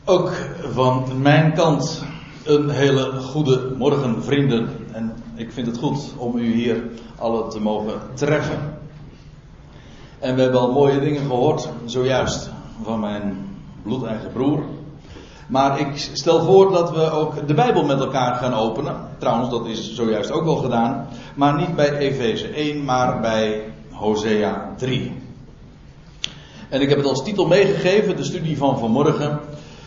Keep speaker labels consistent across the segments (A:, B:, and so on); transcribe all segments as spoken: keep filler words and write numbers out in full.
A: Ook van mijn kant een hele goede morgen, vrienden. En ik vind het goed om u hier allen te mogen treffen. En we hebben al mooie dingen gehoord, zojuist, van mijn bloedeigen broer. Maar ik stel voor dat we ook de Bijbel met elkaar gaan openen. Trouwens, dat is zojuist ook al gedaan. Maar niet bij Efeze één, maar bij Hosea drie. En ik heb het als titel meegegeven, de studie van vanmorgen.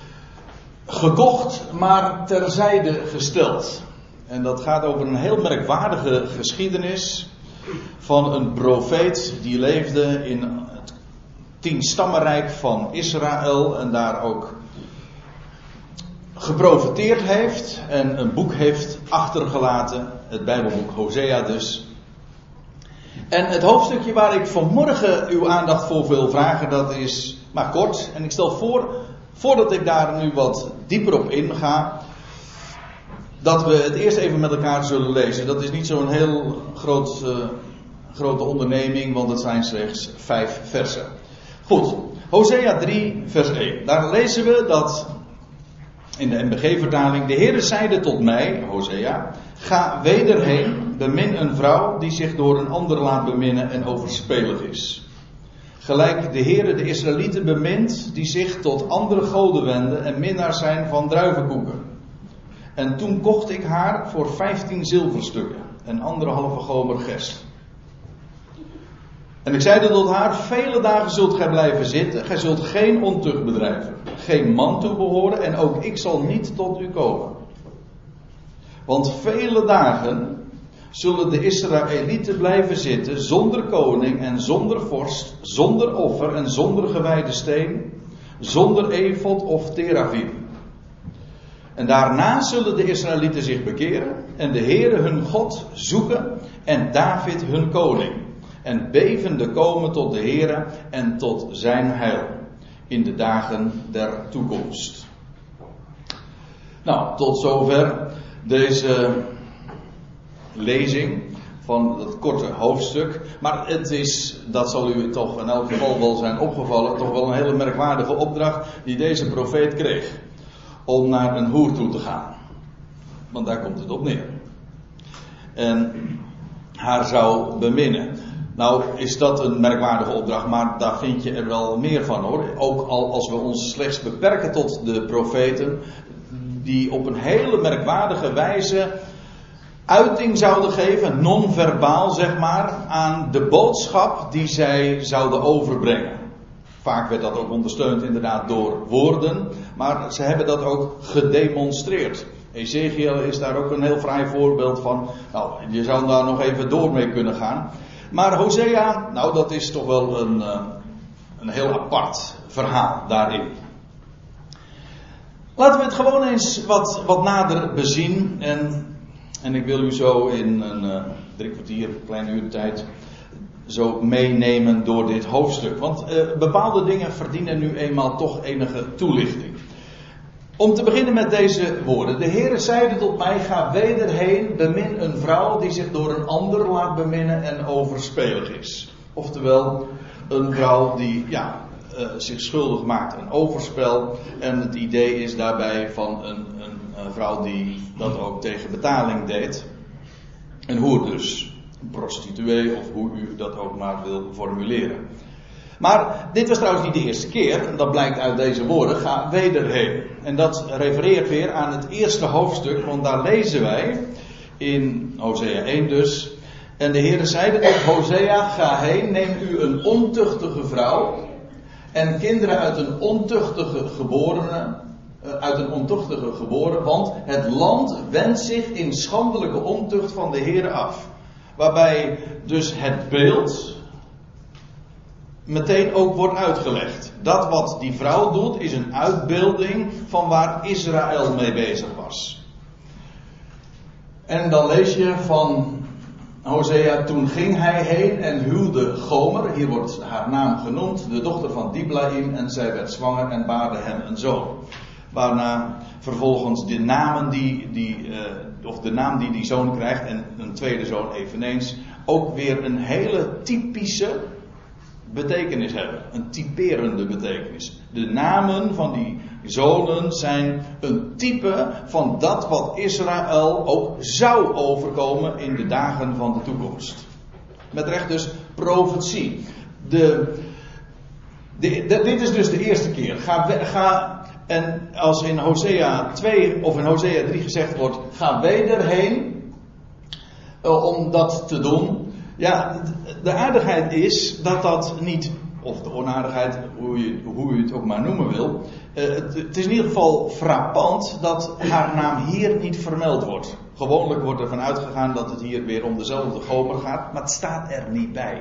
A: Gekocht, maar terzijde gesteld. En dat gaat over een heel merkwaardige geschiedenis van een profeet die leefde in het tienstammenrijk van Israël en daar ook geprofeteerd heeft en een boek heeft achtergelaten, het Bijbelboek Hosea dus. En het hoofdstukje waar ik vanmorgen uw aandacht voor wil vragen, dat is maar kort. En ik stel voor, voordat ik daar nu wat dieper op inga, dat we het eerst even met elkaar zullen lezen. Dat is niet zo'n heel groot, uh, grote onderneming, want het zijn slechts vijf versen. Goed, Hosea drie vers één. Daar lezen we dat in de N B G-vertaling: de Heere zeide tot mij, Hosea, ga weder heen, bemin een vrouw die zich door een ander laat beminnen en overspelig is. Gelijk de Heere de Israëlieten bemint, die zich tot andere goden wenden en minnaars zijn van druivenkoeken. En toen kocht ik haar voor vijftien zilverstukken en anderhalve gomer gerst. En ik zeide tot haar: vele dagen zult gij blijven zitten, gij zult geen ontucht bedrijven, geen man toebehoren en ook ik zal niet tot u komen. Want vele dagen zullen de Israëlieten blijven zitten zonder koning en zonder vorst, zonder offer en zonder gewijde steen, zonder efod of terafim. En daarna zullen de Israëlieten zich bekeren en de Heere hun God zoeken en David hun koning. En bevende komen tot de Heere en tot zijn heil in de dagen der toekomst. Nou, tot zover deze lezing van dat korte hoofdstuk. Maar het is, dat zal u toch in elk geval wel zijn opgevallen, toch wel een hele merkwaardige opdracht die deze profeet kreeg. Om naar een hoer toe te gaan. Want daar komt het op neer. En haar zou beminnen. Nou is dat een merkwaardige opdracht, maar daar vind je er wel meer van hoor. Ook al als we ons slechts beperken tot de profeten, die op een hele merkwaardige wijze uiting zouden geven, non-verbaal zeg maar, aan de boodschap die zij zouden overbrengen. Vaak werd dat ook ondersteund inderdaad door woorden, maar ze hebben dat ook gedemonstreerd. Ezekiel is daar ook een heel fraai voorbeeld van. Nou, je zou daar nog even door mee kunnen gaan. Maar Hosea, nou dat is toch wel een, een heel apart verhaal daarin. Laten we het gewoon eens wat, wat nader bezien. En, en ik wil u zo in een uh, drie kwartier, kleine uur tijd, zo meenemen door dit hoofdstuk. Want uh, bepaalde dingen verdienen nu eenmaal toch enige toelichting. Om te beginnen met deze woorden. De Heere zeide tot mij: ga weder heen, bemin een vrouw die zich door een ander laat beminnen en overspelig is. Oftewel, een vrouw die ja, uh, zich schuldig maakt aan overspel. En het idee is daarbij van een, een, een vrouw die dat ook tegen betaling deed. Een hoer dus. Een prostituee of hoe u dat ook maar wil formuleren. Maar dit was trouwens niet de eerste keer. Dat blijkt uit deze woorden. Ga weder heen. En dat refereert weer aan het eerste hoofdstuk. Want daar lezen wij in Hosea één dus. En de Heere zeide tot Hosea: ga heen, neem u een ontuchtige vrouw. En kinderen uit een ontuchtige geborene. Uit een ontuchtige geboren. Want het land wendt zich in schandelijke ontucht van de Heere af. Waarbij dus het beeld meteen ook wordt uitgelegd. Dat wat die vrouw doet is een uitbeelding van waar Israël mee bezig was. En dan lees je van Hosea: toen ging hij heen en huwde Gomer, hier wordt haar naam genoemd, de dochter van Diblaim, en zij werd zwanger en baarde hem een zoon. Waarna vervolgens de namen die, die uh, of de naam die die zoon krijgt en een tweede zoon eveneens ook weer een hele typische betekenis hebben. Een typerende betekenis. De namen van die zonen zijn een type van dat wat Israël ook zou overkomen in de dagen van de toekomst. Met recht dus profetie. De, de, de, dit is dus de eerste keer. Ga, ga, en als in Hosea twee of in Hosea drie gezegd wordt, ga weder heen uh, om dat te doen. Ja, de aardigheid is dat dat niet, of de onaardigheid, hoe je, hoe je het ook maar noemen wil. Uh, het, het is in ieder geval frappant dat haar naam hier niet vermeld wordt. Gewoonlijk wordt er van uitgegaan dat het hier weer om dezelfde Gomer gaat, maar het staat er niet bij.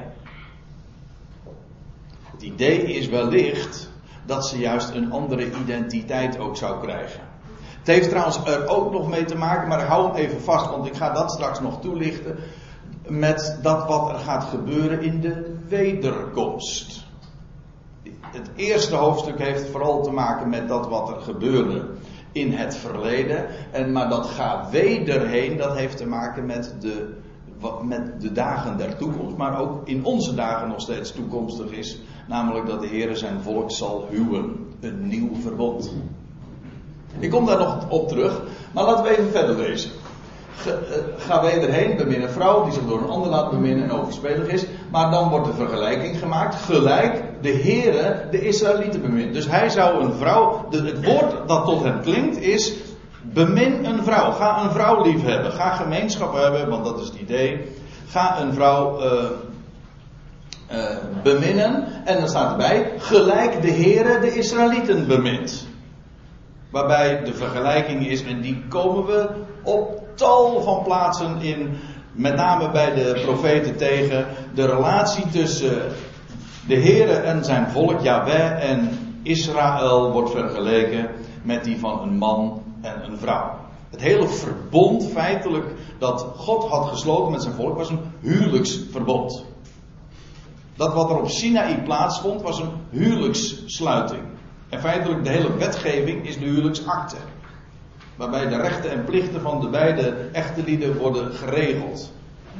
A: Het idee is wellicht dat ze juist een andere identiteit ook zou krijgen. Het heeft trouwens er ook nog mee te maken, maar ik hou hem even vast, want ik ga dat straks nog toelichten, met dat wat er gaat gebeuren in de wederkomst. Het eerste hoofdstuk heeft vooral te maken met dat wat er gebeurde in het verleden. En, maar dat gaat wederheen, dat heeft te maken met de, met de dagen der toekomst. Maar ook in onze dagen nog steeds toekomstig is. Namelijk dat de Heer zijn volk zal huwen. Een nieuw verbond. Ik kom daar nog op terug. Maar laten we even verder lezen. Ga wederheen, bemin een vrouw die zich door een ander laat beminnen en overspelig is. Maar dan wordt de vergelijking gemaakt. Gelijk de Heere de Israëlieten bemint. Dus hij zou een vrouw. De, het woord dat tot hem klinkt is. Bemin een vrouw. Ga een vrouw lief hebben. Ga gemeenschap hebben, want dat is het idee. Ga een vrouw uh, uh, beminnen. En dan staat erbij. Gelijk de Heere de Israëlieten bemint. Waarbij de vergelijking is, en die komen we op tal van plaatsen in, met name bij de profeten tegen, de relatie tussen de Heere en zijn volk, Jahweh en Israël, wordt vergeleken met die van een man en een vrouw. Het hele verbond feitelijk dat God had gesloten met zijn volk was een huwelijksverbond. Dat wat er op Sinaï plaatsvond was een huwelijkssluiting. En feitelijk de hele wetgeving is de huwelijksakte. Waarbij de rechten en plichten van de beide echtelieden worden geregeld.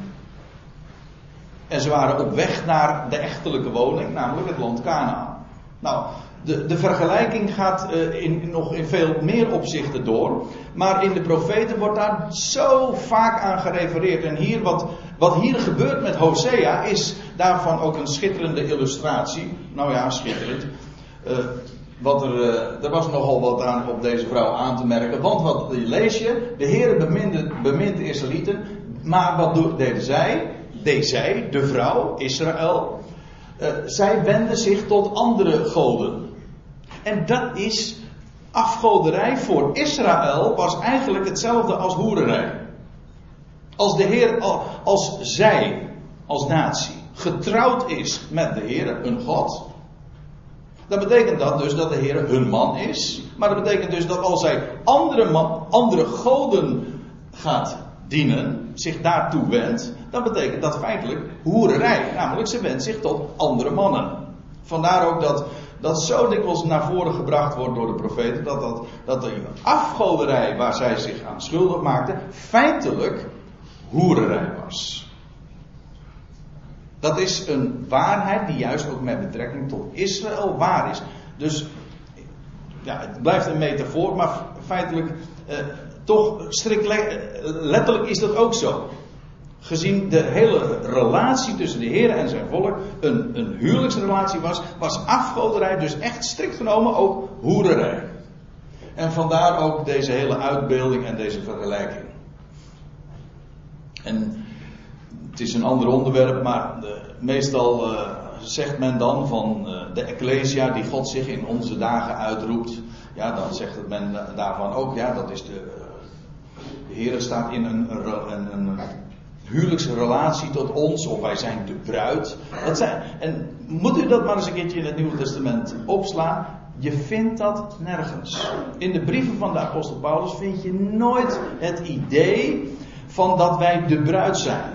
A: En ze waren op weg naar de echtelijke woning, namelijk het land Kanaan. Nou, de, de vergelijking gaat uh, in, nog in veel meer opzichten door. Maar in de profeten wordt daar zo vaak aan gerefereerd. En hier wat, wat hier gebeurt met Hosea is daarvan ook een schitterende illustratie. Nou ja, schitterend. Uh, Wat er, uh, er was nogal wat aan op deze vrouw aan te merken. Want wat lees je? De Heer bemint de Israëlieten. Maar wat deden zij? Deed zij, de vrouw, Israël. Uh, zij wendde zich tot andere goden. En dat is afgoderij voor Israël was eigenlijk hetzelfde als hoererij. Als de Heer, als zij, als natie, getrouwd is met de Heer, een God. Dan betekent dat dus dat de Heer hun man is. Maar dat betekent dus dat als zij andere, man, andere goden gaat dienen, zich daartoe wendt, dan betekent dat feitelijk hoererij. Namelijk, ze wendt zich tot andere mannen. Vandaar ook dat dat zo dikwijls naar voren gebracht wordt door de profeten, dat, dat, dat de afgoderij waar zij zich aan schuldig maakten, feitelijk hoererij was. Dat is een waarheid die juist ook met betrekking tot Israël waar is. Dus ja, het blijft een metafoor, maar feitelijk eh, toch strikt le- letterlijk is dat ook zo. Gezien de hele relatie tussen de Heer en zijn volk een, een huwelijksrelatie was, was afgoderij dus echt strikt genomen ook hoererij. En vandaar ook deze hele uitbeelding en deze vergelijking. En het is een ander onderwerp, maar de, meestal uh, zegt men dan van uh, de Ecclesia die God zich in onze dagen uitroept. Ja, dan zegt men daarvan ook, ja, dat is de, uh, de Heer staat in een, een, een huwelijksrelatie tot ons, of wij zijn de bruid. Dat zijn, en moet u dat maar eens een keertje in het Nieuwe Testament opslaan. Je vindt dat nergens. In de brieven van de apostel Paulus vind je nooit het idee van dat wij de bruid zijn.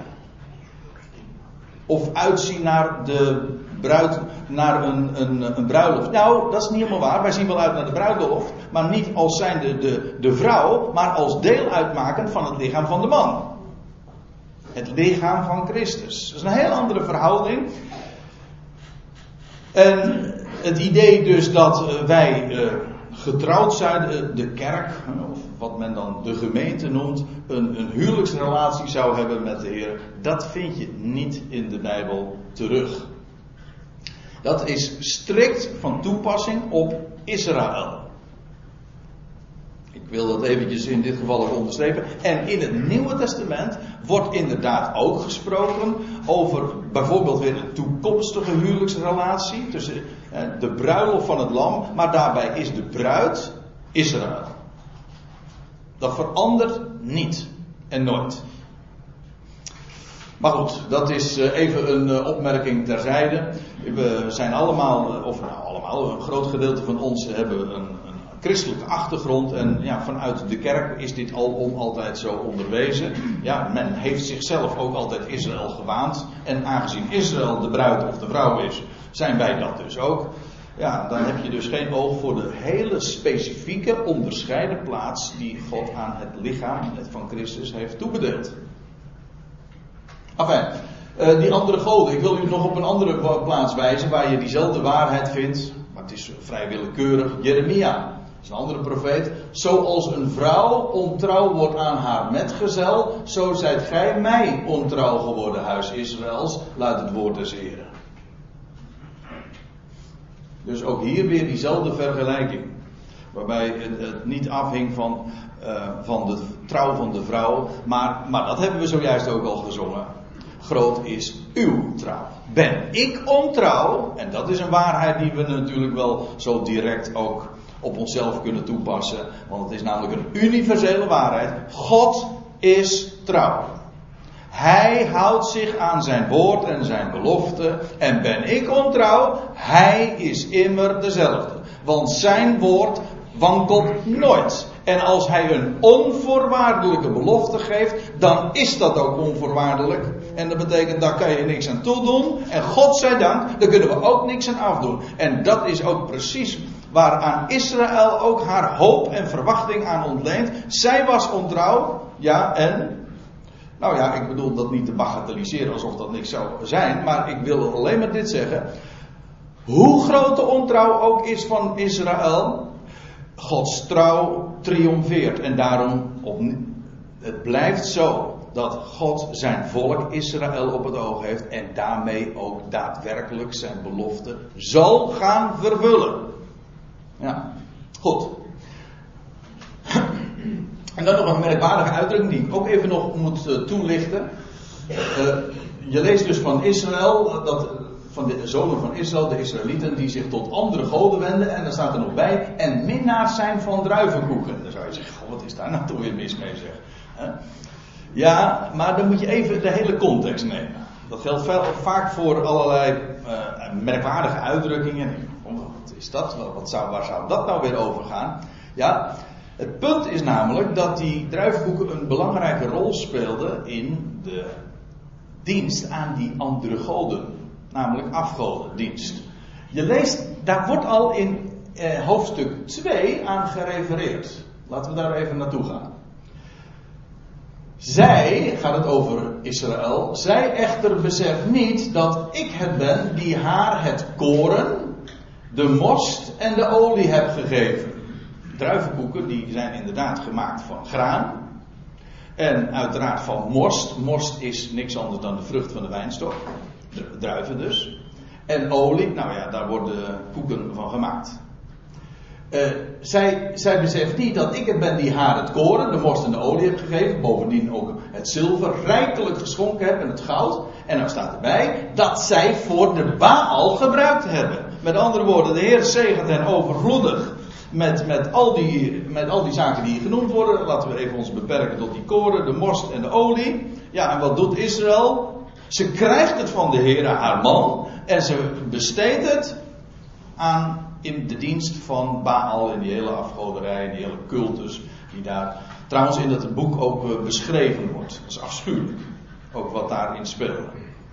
A: Of uitzien naar de bruid, naar een, een, een bruiloft. Nou, dat is niet helemaal waar. Wij zien wel uit naar de bruiloft. Maar niet als zijnde de, de vrouw, maar als deel uitmakend van het lichaam van de man. Het lichaam van Christus. Dat is een heel andere verhouding. En het idee dus dat wij uh, getrouwd zijn, de kerk, of wat men dan de gemeente noemt, een, een huwelijksrelatie zou hebben met de Heer. Dat vind je niet in de Bijbel terug. Dat is strikt van toepassing op Israël. Ik wil dat eventjes in dit geval ook onderstrepen. En in het Nieuwe Testament wordt inderdaad ook gesproken over bijvoorbeeld weer een toekomstige huwelijksrelatie tussen eh, de bruiloft van het lam, maar daarbij is de bruid Israël. Dat verandert niet en nooit. Maar goed, dat is uh, even een uh, opmerking terzijde. We zijn allemaal, uh, of nou allemaal, een groot gedeelte van ons hebben een, een christelijke achtergrond. En ja, vanuit de kerk is dit alom altijd zo onderwezen. Ja, men heeft zichzelf ook altijd Israël gewaand. En aangezien Israël de bruid of de vrouw is, zijn wij dat dus ook. Ja, dan heb je dus geen oog voor de hele specifieke onderscheiden plaats die God aan het lichaam van Christus heeft toebedeeld. Enfin, uh, die andere goden. Ik wil u nog op een andere plaats wijzen waar je diezelfde waarheid vindt. Maar het is vrij willekeurig. Jeremia. Dat is een andere profeet. Zoals een vrouw ontrouw wordt aan haar metgezel, zo zijt gij mij ontrouw geworden, huis Israëls, luidt het woord des Heren. Dus ook hier weer diezelfde vergelijking. Waarbij het, het niet afhing van, uh, van de trouw van de vrouw. Maar, maar dat hebben we zojuist ook al gezongen. Groot is uw trouw. Ben ik ontrouw? En dat is een waarheid die we natuurlijk wel zo direct ook op onszelf kunnen toepassen. Want het is namelijk een universele waarheid. God is trouw. Hij houdt zich aan zijn woord en zijn belofte. En ben ik ontrouw? Hij is immer dezelfde. Want zijn woord wankelt nooit. En als hij een onvoorwaardelijke belofte geeft, dan is dat ook onvoorwaardelijk. En dat betekent, daar kan je niks aan toedoen. En God zij dank, daar kunnen we ook niks aan afdoen. En dat is ook precies waaraan Israël ook haar hoop en verwachting aan ontleent. Zij was ontrouw, ja, en... Nou ja, ik bedoel dat niet te bagatelliseren alsof dat niks zou zijn. Maar ik wil alleen maar dit zeggen. Hoe groot de ontrouw ook is van Israël, Gods trouw triomfeert. En daarom, op, het blijft zo dat God zijn volk Israël op het oog heeft. En daarmee ook daadwerkelijk zijn belofte zal gaan vervullen. Ja, goed. En dan nog een merkwaardige uitdrukking die ik ook even nog moet uh, toelichten. Uh, je leest dus van Israël, dat, van de zonen van Israël, de Israëlieten, die zich tot andere goden wenden. En dan staat er nog bij, en minnaars zijn van druivenkoeken. Dan zou je zeggen, goh, wat is daar nou toch weer mis mee zeg. Huh? Ja, maar dan moet je even de hele context nemen. Dat geldt veel, vaak voor allerlei uh, merkwaardige uitdrukkingen. Oh, wat is dat? Wat zou, waar zou dat nou weer over gaan? Ja... Het punt is namelijk dat die druivenkoeken een belangrijke rol speelden in de dienst aan die andere goden. Namelijk afgodendienst. Je leest, daar wordt al in eh, hoofdstuk twee aan gerefereerd. Laten we daar even naartoe gaan. Zij, gaat het over Israël, zij echter beseft niet dat ik het ben die haar het koren, de most en de olie heb gegeven. Druivenkoeken die zijn inderdaad gemaakt van graan. En uiteraard van most. Most is niks anders dan de vrucht van de wijnstok. De druiven dus. En olie, nou ja, daar worden koeken van gemaakt. Uh, zij, zij beseft niet dat ik het ben die haar het koren, de most en de olie heb gegeven. Bovendien ook het zilver rijkelijk geschonken heb en het goud. En dan staat erbij dat zij voor de Baal gebruikt hebben. Met andere woorden, de Heer zegent hen overvloedig. Met, met, al die, met al die zaken die hier genoemd worden. Laten we even ons beperken tot die koren, de most en de olie. Ja, en wat doet Israël? Ze krijgt het van de Heer, haar man. En ze besteedt het aan in de dienst van Baal. In die hele afgoderij, in die hele cultus. Die daar trouwens in dat boek ook beschreven wordt. Dat is afschuwelijk. Ook wat daarin speelde.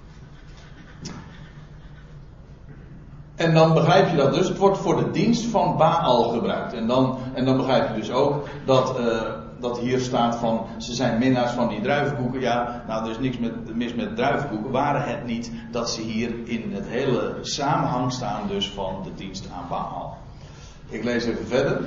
A: En dan begrijp je dat dus. Het wordt voor de dienst van Baal gebruikt. En dan, en dan begrijp je dus ook dat, uh, dat hier staat van... Ze zijn minnaars van die druivenkoeken. Ja, nou er is niks met, mis met druivenkoeken. Waren het niet dat ze hier in het hele samenhang staan dus van de dienst aan Baal. Ik lees even verder.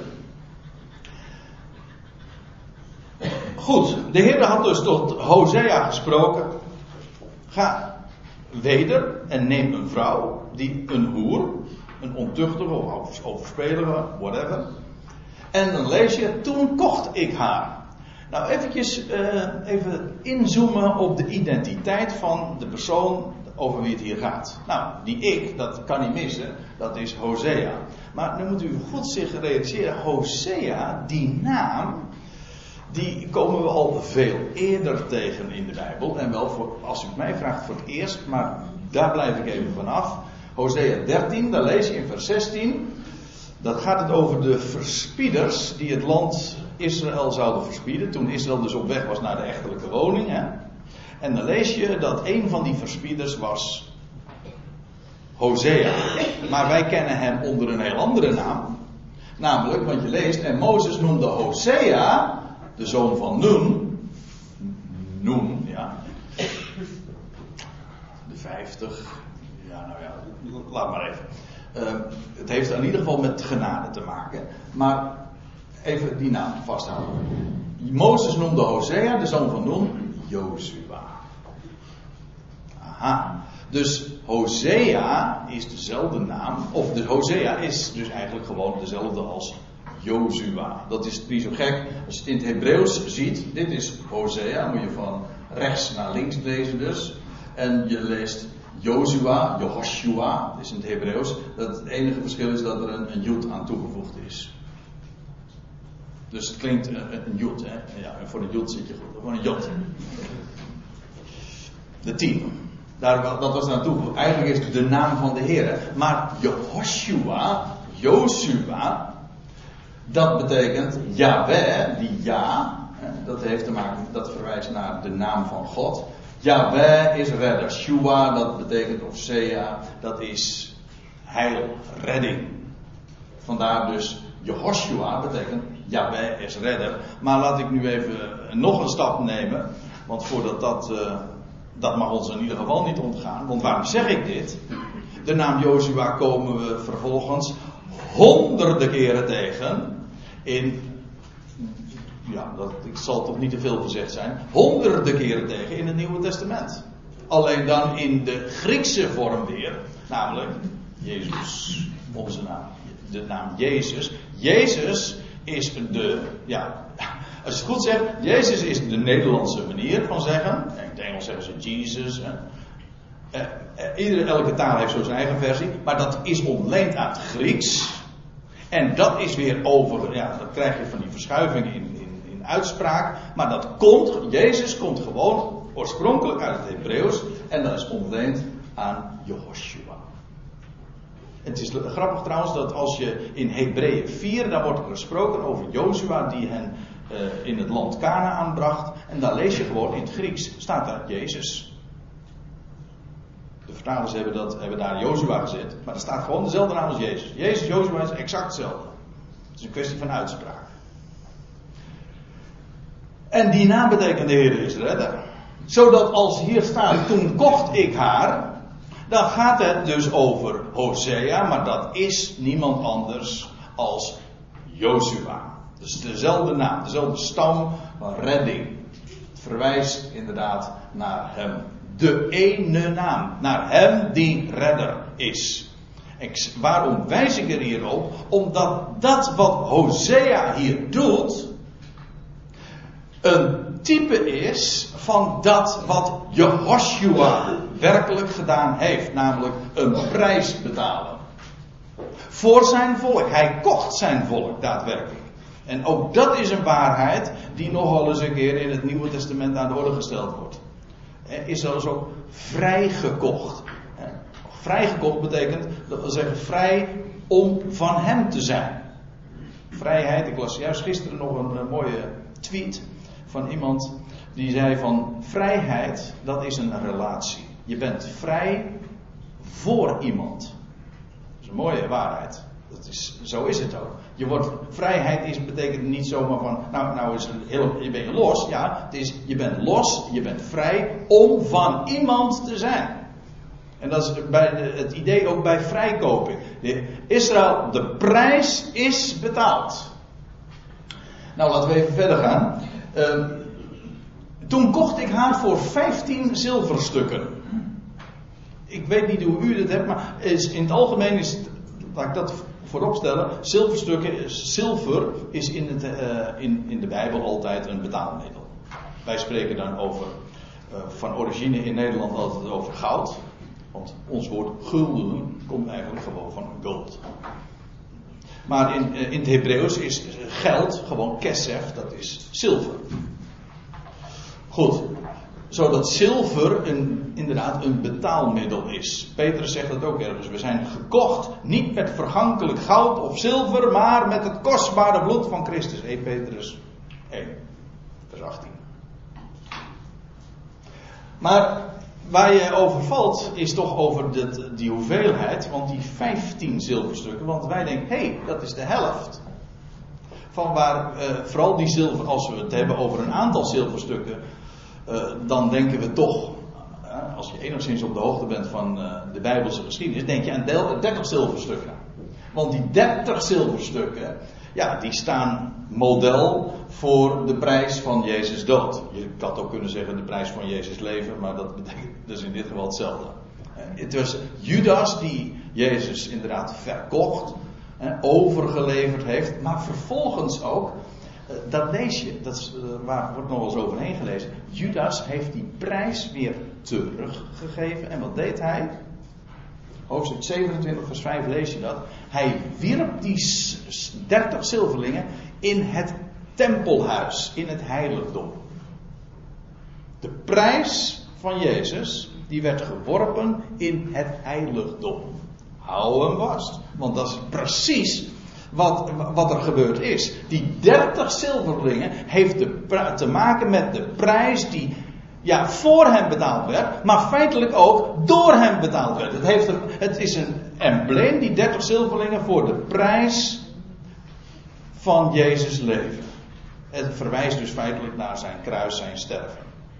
A: Goed, de Heer had dus tot Hosea gesproken. Ga weder en neem een vrouw, die een hoer, een ontuchtige of overspelige, whatever. En dan lees je, toen kocht ik haar. Nou, eventjes uh, even inzoomen op de identiteit van de persoon over wie het hier gaat. Nou, die ik, dat kan niet missen, dat is Hosea. Maar nu moet u goed zich realiseren, Hosea, die naam, die komen we al veel eerder tegen in de Bijbel. En wel, voor, als u het mij vraagt, voor het eerst, maar daar blijf ik even vanaf. Hosea dertien, daar lees je in vers zestien. Dat gaat het over de verspieders die het land Israël zouden verspieden. Toen Israël dus op weg was naar de echtelijke woning. Hè. En dan lees je dat een van die verspieders was Hosea. Maar wij kennen hem onder een heel andere naam. Namelijk, want je leest, en Mozes noemde Hosea, de zoon van Nun. Nun, ja. De vijftig. Ja, nou ja, laat maar even. Uh, het heeft in ieder geval met genade te maken. Maar even die naam vasthouden. Mozes noemde Hosea, de zoon van Nun, Jozua. Aha. Dus Hosea is dezelfde naam. Of de Hosea is dus eigenlijk gewoon dezelfde als Jozua. Dat is niet zo gek. Als je het in het Hebreeuws ziet. Dit is Hosea. Moet je van rechts naar links lezen dus. En je leest Jozua, Jehoshua, is in het Hebreeuws. Dat het enige verschil is dat er een, een jood aan toegevoegd is. Dus het klinkt een, een jood, hè? Ja, en voor een jood zit je goed. Gewoon een jod. De tien. Daar, dat was daar toegevoegd. Eigenlijk is het de naam van de Heer. Maar Jehoshua, Jozua, dat betekent Yahweh, die ja, dat heeft te maken, dat verwijst naar de naam van God. Yahweh is redder. Shua, dat betekent, of Sea, dat is heil, redding. Vandaar dus, Jehoshua betekent, Yahweh is redder. Maar laat ik nu even nog een stap nemen. Want voordat dat, uh, dat mag ons in ieder geval niet ontgaan. Want waarom zeg ik dit? De naam Jozua komen we vervolgens honderden keren tegen. In... Ja, dat ik zal toch niet te veel gezegd zijn. Honderden keren tegen in het Nieuwe Testament. Alleen dan in de Griekse vorm weer. Namelijk Jezus. Onze naam. De naam Jezus. Jezus is de... Ja, als je het goed zegt. Jezus is de Nederlandse manier van zeggen. In het Engels zeggen ze Jesus. Hè. Eh, eh, iedere, elke taal heeft zo zijn eigen versie. Maar dat is ontleend uit Grieks. En dat is weer over... Ja, dan krijg je van die verschuivingen in... uitspraak, maar dat komt, Jezus komt gewoon oorspronkelijk uit het Hebreeuws en dat is ontleend aan Jehoshua. Het is grappig trouwens dat als je in Hebreeën vier, daar wordt er gesproken over Jozua die hen uh, in het land Kanaan bracht en daar lees je gewoon in het Grieks, staat daar Jezus. De vertalers hebben, dat, hebben daar Jozua gezet, maar er staat gewoon dezelfde naam als Jezus. Jezus, Jozua is exact hetzelfde. Het is een kwestie van uitspraak. En die naam betekent de Heer is redder. Zodat als hier staat, toen kocht ik haar. Dan gaat het dus over Hosea. Maar dat is niemand anders als Jozua. Dus dezelfde naam. Dezelfde stam van redding. Het verwijst inderdaad naar hem. De ene naam. Naar hem die redder is. En waarom wijs ik er hier op? Omdat dat wat Hosea hier doet... een type is van dat wat Jehoshua werkelijk gedaan heeft. Namelijk een prijs betalen. Voor zijn volk. Hij kocht zijn volk daadwerkelijk. En ook dat is een waarheid die nogal eens een keer in het Nieuwe Testament aan de orde gesteld wordt. Is zelfs ook vrijgekocht. Vrijgekocht betekent, dat wil zeggen vrij om van hem te zijn. Vrijheid, ik las juist gisteren nog een, een mooie tweet van iemand die zei van vrijheid, dat is een relatie. Je bent vrij voor iemand. Dat is een mooie waarheid. Dat is, zo is het ook. Je wordt, vrijheid is, betekent niet zomaar van, nou, nou is het heel, je ben je los. Ja, het is, je bent los, je bent vrij om van iemand te zijn. En dat is bij de, het idee ook bij vrijkoping. De, Israël, de prijs is betaald. Nou, laten we even verder gaan. Uh, toen kocht ik haar voor vijftien zilverstukken. Ik weet niet hoe u dit hebt, maar is, in het algemeen is het, laat ik dat voorop stellen, zilverstukken, zilver is in, het, uh, in, in de Bijbel altijd een betaalmiddel. Wij spreken dan over, uh, van origine in Nederland altijd over goud. Want ons woord gulden komt eigenlijk gewoon van gold. Maar in, in het Hebreeuws is geld gewoon kesef, dat is zilver. Goed, zodat zilver een, inderdaad een betaalmiddel is. Petrus zegt dat ook ergens. We zijn gekocht niet met vergankelijk goud of zilver, maar met het kostbare bloed van Christus. eerste Petrus één, vers achttien. Maar waar je over valt, is toch over de, die hoeveelheid, want die vijftien zilverstukken, want wij denken, hé, hey, dat is de helft. Van waar, uh, vooral die zilver, als we het hebben over een aantal zilverstukken, uh, dan denken we toch, uh, als je enigszins op de hoogte bent van uh, de Bijbelse geschiedenis, denk je aan dertig zilverstukken. Want die dertig zilverstukken, ja, die staan model voor de prijs van Jezus dood. Je had ook kunnen zeggen de prijs van Jezus leven, maar dat betekent dus in dit geval hetzelfde. Het was Judas die Jezus inderdaad verkocht, overgeleverd heeft, maar vervolgens ook, dat lees je, dat is, waar wordt nog wel eens overheen gelezen, Judas heeft die prijs weer teruggegeven. En wat deed hij? Hoofdstuk zevenentwintig vers vijf lees je dat. Hij wierp die dertig zilverlingen in het tempelhuis, in het heiligdom. De prijs van Jezus, die werd geworpen in het heiligdom. Hou hem vast, want dat is precies wat, wat er gebeurd is. Die dertig zilverlingen heeft de, te maken met de prijs die, ja, voor hem betaald werd, maar feitelijk ook door hem betaald werd. Het, heeft een, het is een embleem, die dertig zilverlingen, voor de prijs van Jezus leven. Het verwijst dus feitelijk naar zijn kruis, zijn sterven.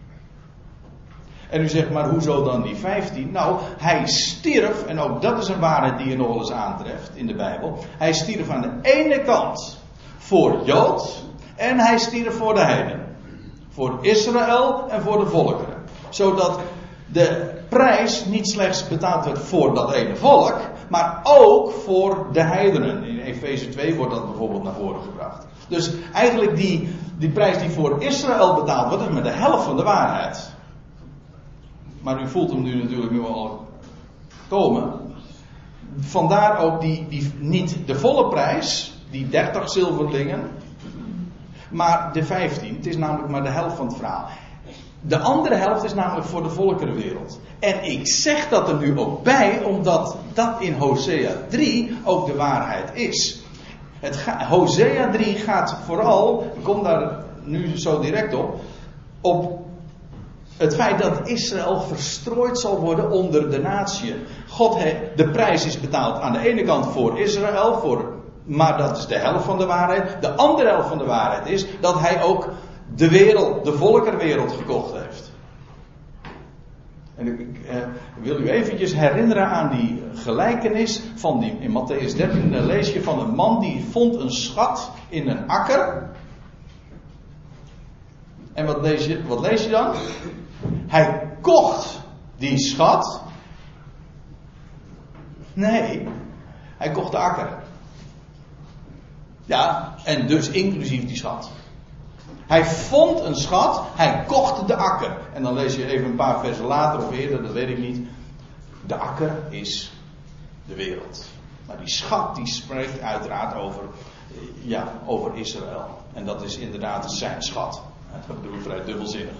A: En u zegt, maar hoezo dan die vijftien? Nou, hij stierf, en ook dat is een waarheid die je nog wel eens aantreft in de Bijbel. Hij stierf aan de ene kant voor Jood en hij stierf voor de heiden. Voor Israël en voor de volkeren. Zodat de prijs niet slechts betaald werd voor dat ene volk, maar ook voor de heidenen. In Efeze twee wordt dat bijvoorbeeld naar voren gebracht. Dus eigenlijk die, die prijs die voor Israël betaald wordt, is maar de helft van de waarheid. Maar u voelt hem nu natuurlijk nu al komen. Vandaar ook die, die, niet de volle prijs, die dertig zilverlingen, maar de vijftien. Het is namelijk maar de helft van het verhaal. De andere helft is namelijk voor de volkerenwereld. En ik zeg dat er nu ook bij, omdat dat in Hosea drie ook de waarheid is. Het ga, Hosea drie gaat vooral, ik kom daar nu zo direct op, op het feit dat Israël verstrooid zal worden onder de natieën. God, de prijs is betaald aan de ene kant voor Israël, voor, maar dat is de helft van de waarheid. De andere helft van de waarheid is dat hij ook de wereld, de volkerwereld gekocht heeft. En ik eh, wil u eventjes herinneren aan die gelijkenis van die, in Mattheüs dertien, daar lees je van een man die vond een schat in een akker. En wat lees je, wat lees je dan? Hij kocht die schat. Nee, hij kocht de akker. Ja, en dus inclusief die schat. Hij vond een schat, hij kocht de akker. En dan lees je even een paar versen later of eerder, dat weet ik niet. De akker is de wereld. Maar die schat die spreekt uiteraard over, ja, over Israël. En dat is inderdaad zijn schat. Dat bedoel ik vrij dubbelzinnig.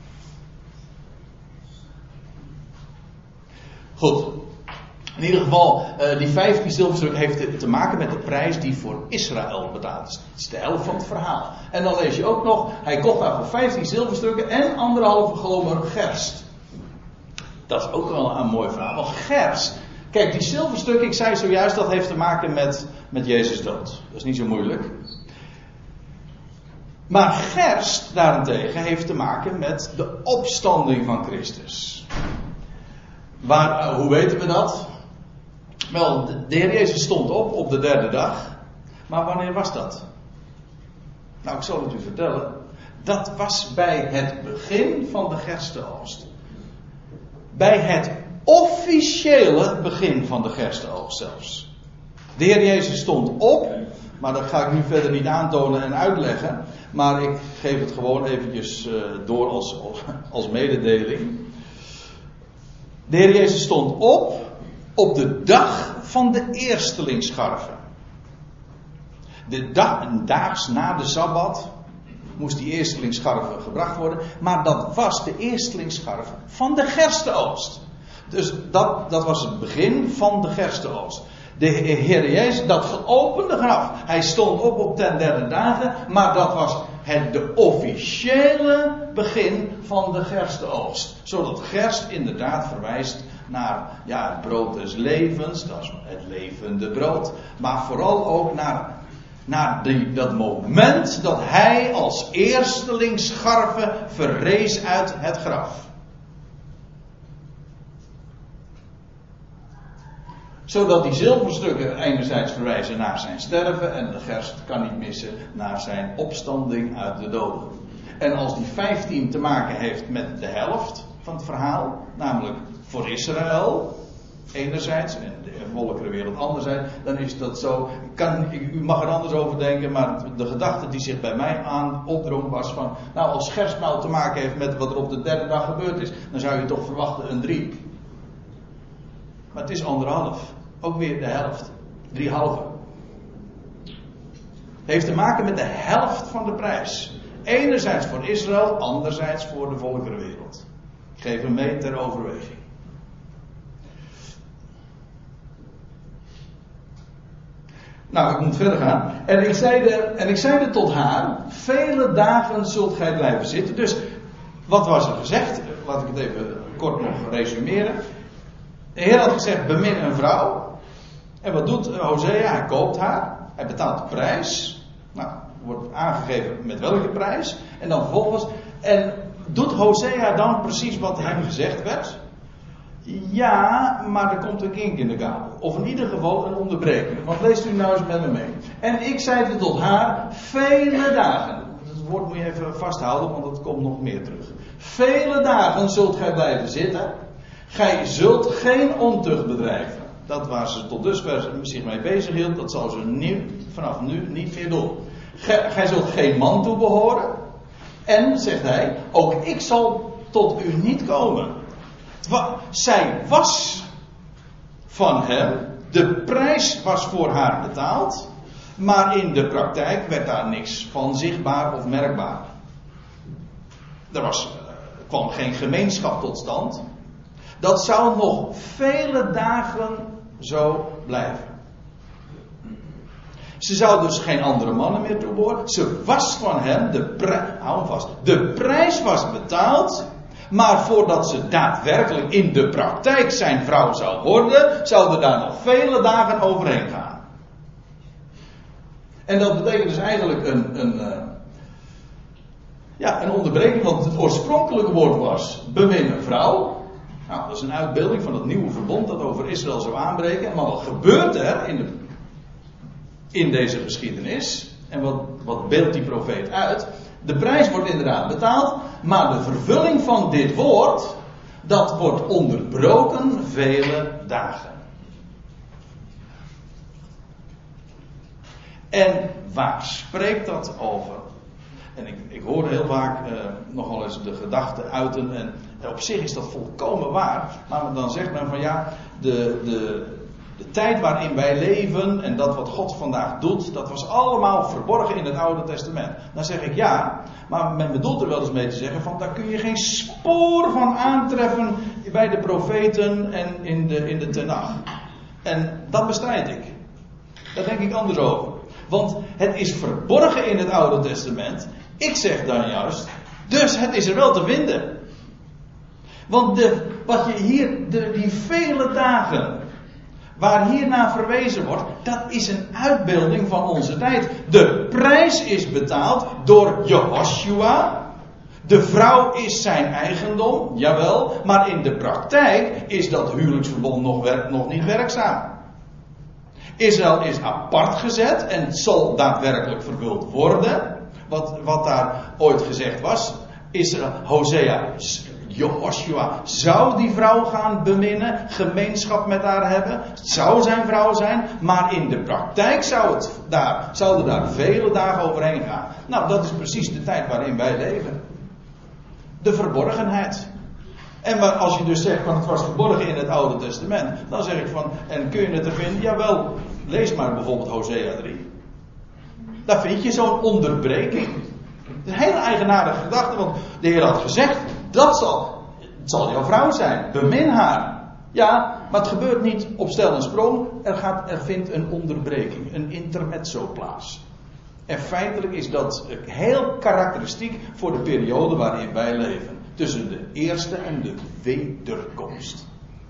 A: Goed. In ieder geval, uh, die vijftien zilverstukken heeft te, te maken met de prijs die voor Israël betaald is. Dat is de helft van het verhaal. En dan lees je ook nog, hij kocht daar voor vijftien zilverstukken en anderhalve gomer gerst. Dat is ook wel een mooi verhaal. Want gerst, kijk, die zilverstukken, ik zei zojuist, dat heeft te maken met, met Jezus dood. Dat is niet zo moeilijk. Maar gerst daarentegen heeft te maken met de opstanding van Christus. Waar, uh, hoe weten we dat? Wel, de, de Heer Jezus stond op op de derde dag. Maar wanneer was dat? Nou, ik zal het u vertellen. Dat was bij het begin van de gerstenoogst. Bij het officiële begin van de gerstenoogst zelfs. De Heer Jezus stond op. Maar dat ga ik nu verder niet aantonen en uitleggen. Maar ik geef het gewoon eventjes uh, door als, als mededeling. De Heer Jezus stond op op de dag van de eerstelingsscharven. De dag, daags na de Sabbat moest die eerstelingsscharven gebracht worden. Maar dat was de eerstelingsscharven van de gerstenoogst. Dus dat, dat was het begin van de gerstenoogst. De Heer Jezus, dat geopende graf. Hij stond op op ten derde dagen. Maar dat was het de officiële begin van de gerstenoogst. Zodat gerst inderdaad verwijst naar ja, het brood des levens. Dat is het levende brood. Maar vooral ook naar, naar die, dat moment dat hij als eerstelingsscharve verrees uit het graf. Zodat die zilverstukken enerzijds verwijzen naar zijn sterven en de gerst kan niet missen naar zijn opstanding uit de doden. En als die vijftien te maken heeft met de helft van het verhaal, namelijk voor Israël enerzijds en de volkerenwereld anderzijds, dan is dat zo. Kan, u mag er anders over denken, maar de gedachte die zich bij mij aan opdrong was van, nou als gerst nou te maken heeft met wat er op de derde dag gebeurd is, dan zou je toch verwachten een drie. Maar het is anderhalf. Ook weer de helft. Drie halve. Het heeft te maken met de helft van de prijs. Enerzijds voor Israël, anderzijds voor de volkerenwereld. Ik geef hem mee ter overweging. Nou, ik moet verder gaan. En ik zeide, en ik zeide tot haar, vele dagen zult gij blijven zitten. Dus, wat was er gezegd? Laat ik het even kort nog resumeren. De Heer had gezegd, bemin een vrouw. En wat doet Hosea? Hij koopt haar. Hij betaalt de prijs. Nou, wordt aangegeven met welke prijs. En dan vervolgens. En doet Hosea dan precies wat hem gezegd werd? Ja, maar er komt een kink in de kabel. Of in ieder geval een onderbreking. Want leest u nou eens met me mee. En ik zeide tot haar, vele dagen. Het woord moet je even vasthouden, want het komt nog meer terug. Vele dagen zult gij blijven zitten. Gij zult geen ontucht bedrijven. Dat waar ze tot dusver zich mee bezig hield, dat zal ze nu, vanaf nu niet meer doen. Gij, gij zult geen man toebehoren. En, zegt hij, ook ik zal tot u niet komen. Zij was van hem. De prijs was voor haar betaald. Maar in de praktijk werd daar niks van zichtbaar of merkbaar. Er was, er kwam geen gemeenschap tot stand. Dat zou nog vele dagen zo blijven. Ze zou dus geen andere mannen meer toebehoren. Ze was van hem, de prijs, hou hem vast, de prijs was betaald. Maar voordat ze daadwerkelijk in de praktijk zijn vrouw zou worden, zouden daar nog vele dagen overheen gaan. En dat betekent dus eigenlijk een, een, uh, ja, een onderbreking, want het oorspronkelijke woord was bemin een vrouw. Nou, dat is een uitbeelding van het nieuwe verbond dat over Israël zou aanbreken. Maar wat gebeurt er in, de, in deze geschiedenis? En wat, wat beeldt die profeet uit? De prijs wordt inderdaad betaald, maar de vervulling van dit woord, dat wordt onderbroken vele dagen. En waar spreekt dat over? En ik, ik hoor heel vaak uh, nogal eens de gedachte uiten. En op zich is dat volkomen waar. Maar dan zegt men van ja, de, de, de tijd waarin wij leven en dat wat God vandaag doet, dat was allemaal verborgen in het Oude Testament. Dan zeg ik ja, maar men bedoelt er wel eens mee te zeggen van daar kun je geen spoor van aantreffen bij de profeten en in de, in de Tenach. En dat bestrijd ik. Daar denk ik anders over. Want het is verborgen in het Oude Testament. Ik zeg dan juist, dus het is er wel te vinden. Want de, wat je hier, de, die vele dagen waar hiernaar verwezen wordt, dat is een uitbeelding van onze tijd. De prijs is betaald door Jehoshua. De vrouw is zijn eigendom, jawel, maar in de praktijk is dat huwelijksverbond nog, werk, nog niet werkzaam. Israël is apart gezet en het zal daadwerkelijk vervuld worden. Wat, wat daar ooit gezegd was. Israël, Hosea, Joshua zou die vrouw gaan beminnen, gemeenschap met haar hebben. Het zou zijn vrouw zijn, maar in de praktijk zou het daar, zouden daar vele dagen overheen gaan. Nou, dat is precies de tijd waarin wij leven. De verborgenheid. En maar als je dus zegt van het was verborgen in het Oude Testament, dan zeg ik van, en kun je het er vinden? Jawel, lees maar bijvoorbeeld Hosea drie. Daar vind je zo'n onderbreking. Het is een hele eigenaardige gedachte, want de Heer had gezegd, dat zal, het zal jouw vrouw zijn, bemin haar. Ja, maar het gebeurt niet op stel en sprong, er, gaat, er vindt een onderbreking, een intermezzo plaats. En feitelijk is dat heel karakteristiek voor de periode waarin wij leven. Tussen de eerste en de wederkomst.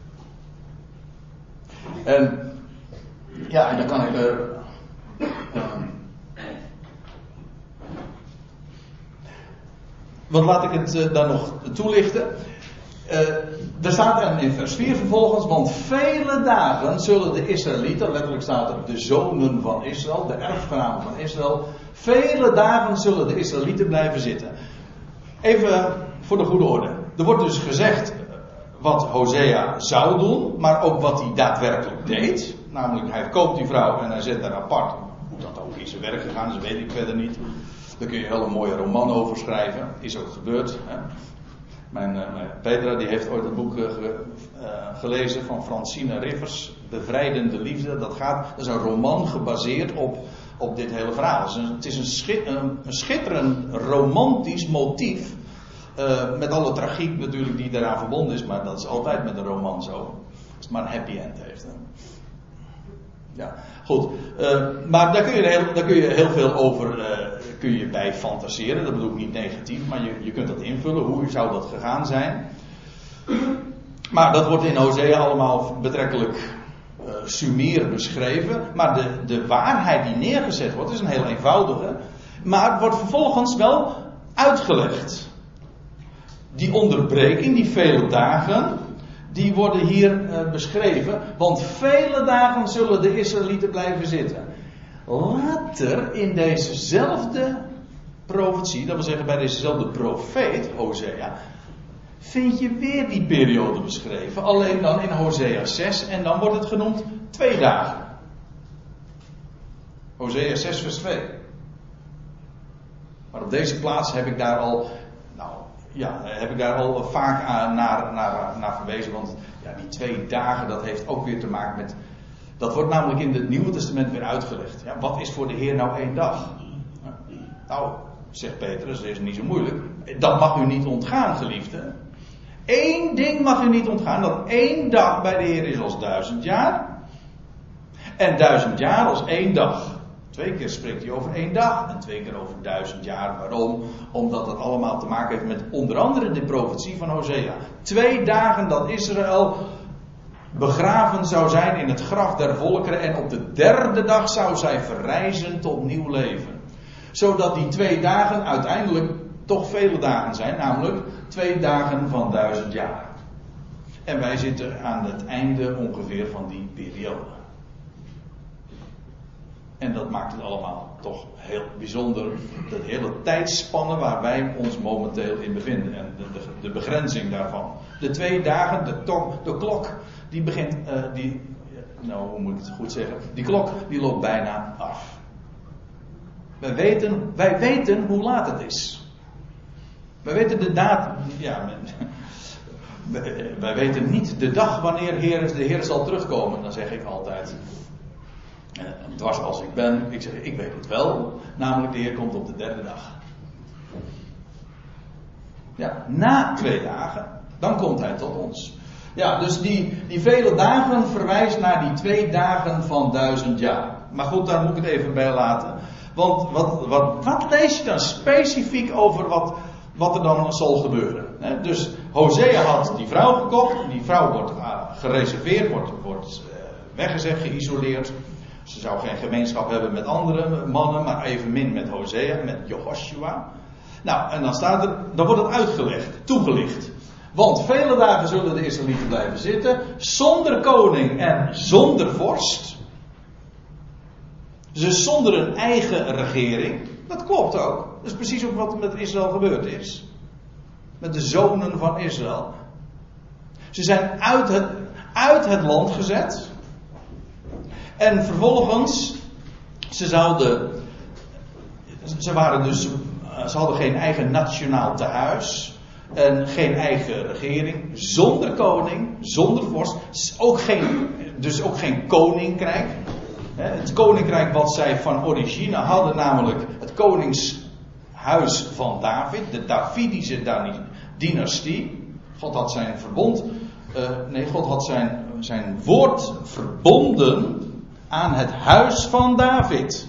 A: En ja, en dan kan ik er. Uh, want laat ik het uh, dan nog toelichten. Uh, er staat er in vers vier vervolgens, want vele dagen zullen de Israëlieten, letterlijk staat er de zonen van Israël, de erfgenamen van Israël, vele dagen zullen de Israëlieten blijven zitten. Even voor de goede orde. Er wordt dus gezegd wat Hosea zou doen, maar ook wat hij daadwerkelijk deed. Namelijk, hij koopt die vrouw en hij zet haar apart. Hoe dat ook in zijn werk gegaan is, weet ik verder niet. Daar kun je wel een mooie roman over schrijven. Is ook gebeurd. Hè? Mijn, uh, mijn Petra die heeft ooit een boek uh, ge, uh, gelezen van Francine Rivers, Bevrijdende Liefde. Dat, gaat, dat is een roman gebaseerd op, op dit hele verhaal. Dus het is een, schit, een, een schitterend romantisch motief. Uh, met alle tragiek natuurlijk die daaraan verbonden is, maar dat is altijd met een roman zo. Als het maar een happy end heeft. Hè. Ja, goed. Uh, maar daar kun, je heel, daar kun je heel veel over uh, kun je bij fantaseren. Dat bedoel ik niet negatief, maar je, je kunt dat invullen. Hoe zou dat gegaan zijn? Maar dat wordt in Hosea allemaal betrekkelijk uh, sumier beschreven. Maar de, de waarheid die neergezet wordt is een heel eenvoudige. Maar het wordt vervolgens wel uitgelegd. Die onderbreking, die vele dagen, die worden hier uh, beschreven. Want vele dagen zullen de Israëlieten blijven zitten. Later in dezezelfde profetie, dat wil zeggen bij dezezelfde profeet, Hosea, vind je weer die periode beschreven. Alleen dan in Hosea zes en dan wordt het genoemd twee dagen. Hosea zes vers twee. Maar op deze plaats heb ik daar al... Ja, heb ik daar al vaak aan, naar, naar, naar verwezen. Want ja, die twee dagen, dat heeft ook weer te maken met... Dat wordt namelijk in het Nieuwe Testament weer uitgelegd. Ja, wat is voor de Heer nou één dag? Nou, zegt Petrus, dat is niet zo moeilijk. Dat mag u niet ontgaan, geliefde. Eén ding mag u niet ontgaan. Dat één dag bij de Heer is als duizend jaar. En duizend jaar als één dag. Twee keer spreekt hij over één dag en twee keer over duizend jaar. Waarom? Omdat dat allemaal te maken heeft met onder andere de profetie van Hosea. Twee dagen dat Israël begraven zou zijn in het graf der volkeren. En op de derde dag zou zij verrijzen tot nieuw leven. Zodat die twee dagen uiteindelijk toch vele dagen zijn. Namelijk twee dagen van duizend jaar. En wij zitten aan het einde ongeveer van die periode. En dat maakt het allemaal toch heel bijzonder. Dat hele tijdspannen waar wij ons momenteel in bevinden. En de, de, de begrenzing daarvan. De twee dagen, de, to, de klok, die begint, uh, die, nou hoe moet ik het goed zeggen. Die klok, die loopt bijna af. Wij weten, wij weten hoe laat het is. Wij weten de datum, ja, wij, wij weten niet de dag wanneer Heer, de Heer zal terugkomen. Dan zeg ik altijd... En dwars als ik ben, ik zeg, ik weet het wel. Namelijk, de Heer komt op de derde dag. Ja, na twee dagen, dan komt Hij tot ons. Ja, dus die, die vele dagen verwijst naar die twee dagen van duizend jaar. Maar goed, daar moet ik het even bij laten. Want wat, wat, wat lees je dan specifiek over wat, wat er dan zal gebeuren? He, dus Hosea had die vrouw gekocht. Die vrouw wordt uh, gereserveerd, wordt, wordt uh, weggezet, geïsoleerd. Ze zou geen gemeenschap hebben met andere mannen, maar evenmin met Hosea, met Joshua. Nou, en dan staat er, dan wordt het uitgelegd, toegelicht. Want vele dagen zullen de Israëlieten blijven zitten, zonder koning en zonder vorst. Dus zonder een eigen regering. Dat klopt ook. Dat is precies ook wat met Israël gebeurd is. Met de zonen van Israël. Ze zijn uit het, uit het land gezet. En vervolgens, ze zouden, ze waren dus, ze hadden geen eigen nationaal tehuis. En geen eigen regering. Zonder koning, zonder vorst. Ook geen, dus ook geen koninkrijk. Het koninkrijk wat zij van origine hadden, namelijk het koningshuis van David, de Davidische dynastie. God had zijn verbond, uh, nee, God had zijn, zijn woord verbonden aan het huis van David.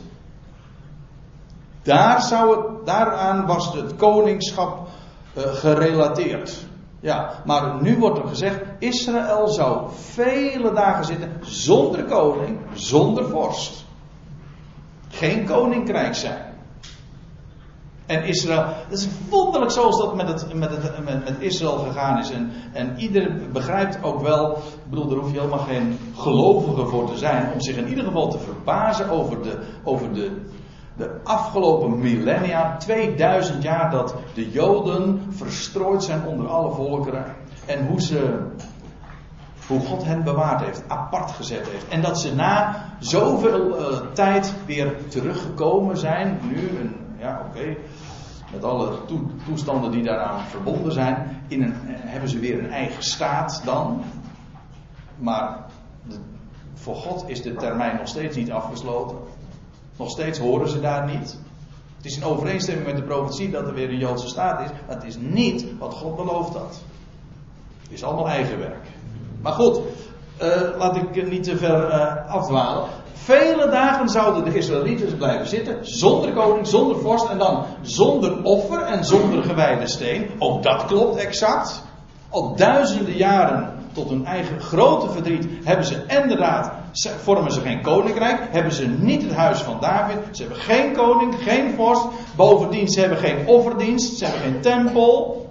A: Daar zou het, daaraan was het koningschap uh, gerelateerd. Ja, maar nu wordt er gezegd, Israël zou vele dagen zitten zonder koning, zonder vorst. Geen koninkrijk zijn. En Israël, het is wonderlijk zoals dat met, het, met, het, met, met Israël gegaan is. En, en ieder begrijpt ook wel, ik bedoel, daar hoef je helemaal geen gelovige voor te zijn, om zich in ieder geval te verbazen over de, over de, de afgelopen millennia, tweeduizend jaar dat de Joden verstrooid zijn onder alle volkeren. En hoe ze, hoe God hen bewaard heeft, apart gezet heeft. En dat ze na zoveel uh, tijd weer teruggekomen zijn, nu, een, ja oké, okay, met alle to- toestanden die daaraan verbonden zijn, in een, uh, hebben ze weer een eigen staat dan. Maar de, voor God is de termijn nog steeds niet afgesloten. Nog steeds horen ze daar niet. Het is in overeenstemming met de profetie dat er weer een Joodse staat is. Maar het is niet wat God beloofd had. Het is allemaal eigen werk. Maar goed, uh, laat ik niet te ver uh, afdwalen. Vele dagen zouden de Israëlieten blijven zitten. Zonder koning, zonder vorst. En dan zonder offer en zonder gewijde steen. Ook dat klopt exact. Al duizenden jaren tot hun eigen grote verdriet hebben ze inderdaad, vormen ze geen koninkrijk, hebben ze niet het huis van David, ze hebben geen koning, geen vorst, bovendien ze hebben geen offerdienst, ze hebben geen tempel,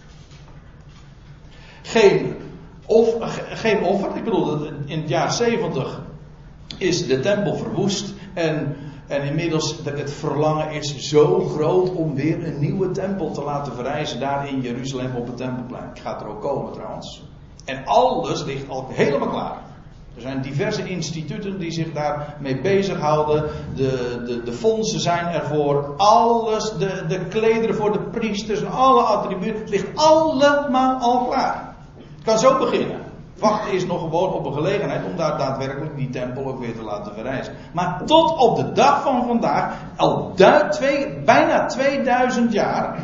A: geen, of, geen offer. Ik bedoel, in het jaar zeventig is de tempel verwoest en, en inmiddels het verlangen is zo groot om weer een nieuwe tempel te laten verrijzen daar in Jeruzalem op het Tempelplein. Het gaat er ook komen trouwens. En alles ligt al helemaal klaar. Er zijn diverse instituten die zich daarmee bezighouden. De, de, de fondsen zijn ervoor. Alles, de, de klederen voor de priesters en alle attributen. ligt allemaal al klaar. Het kan zo beginnen. Wacht eerst nog gewoon op een gelegenheid om daar daadwerkelijk die tempel ook weer te laten verrijzen. Maar tot op de dag van vandaag, al du- twee, bijna tweeduizend jaar,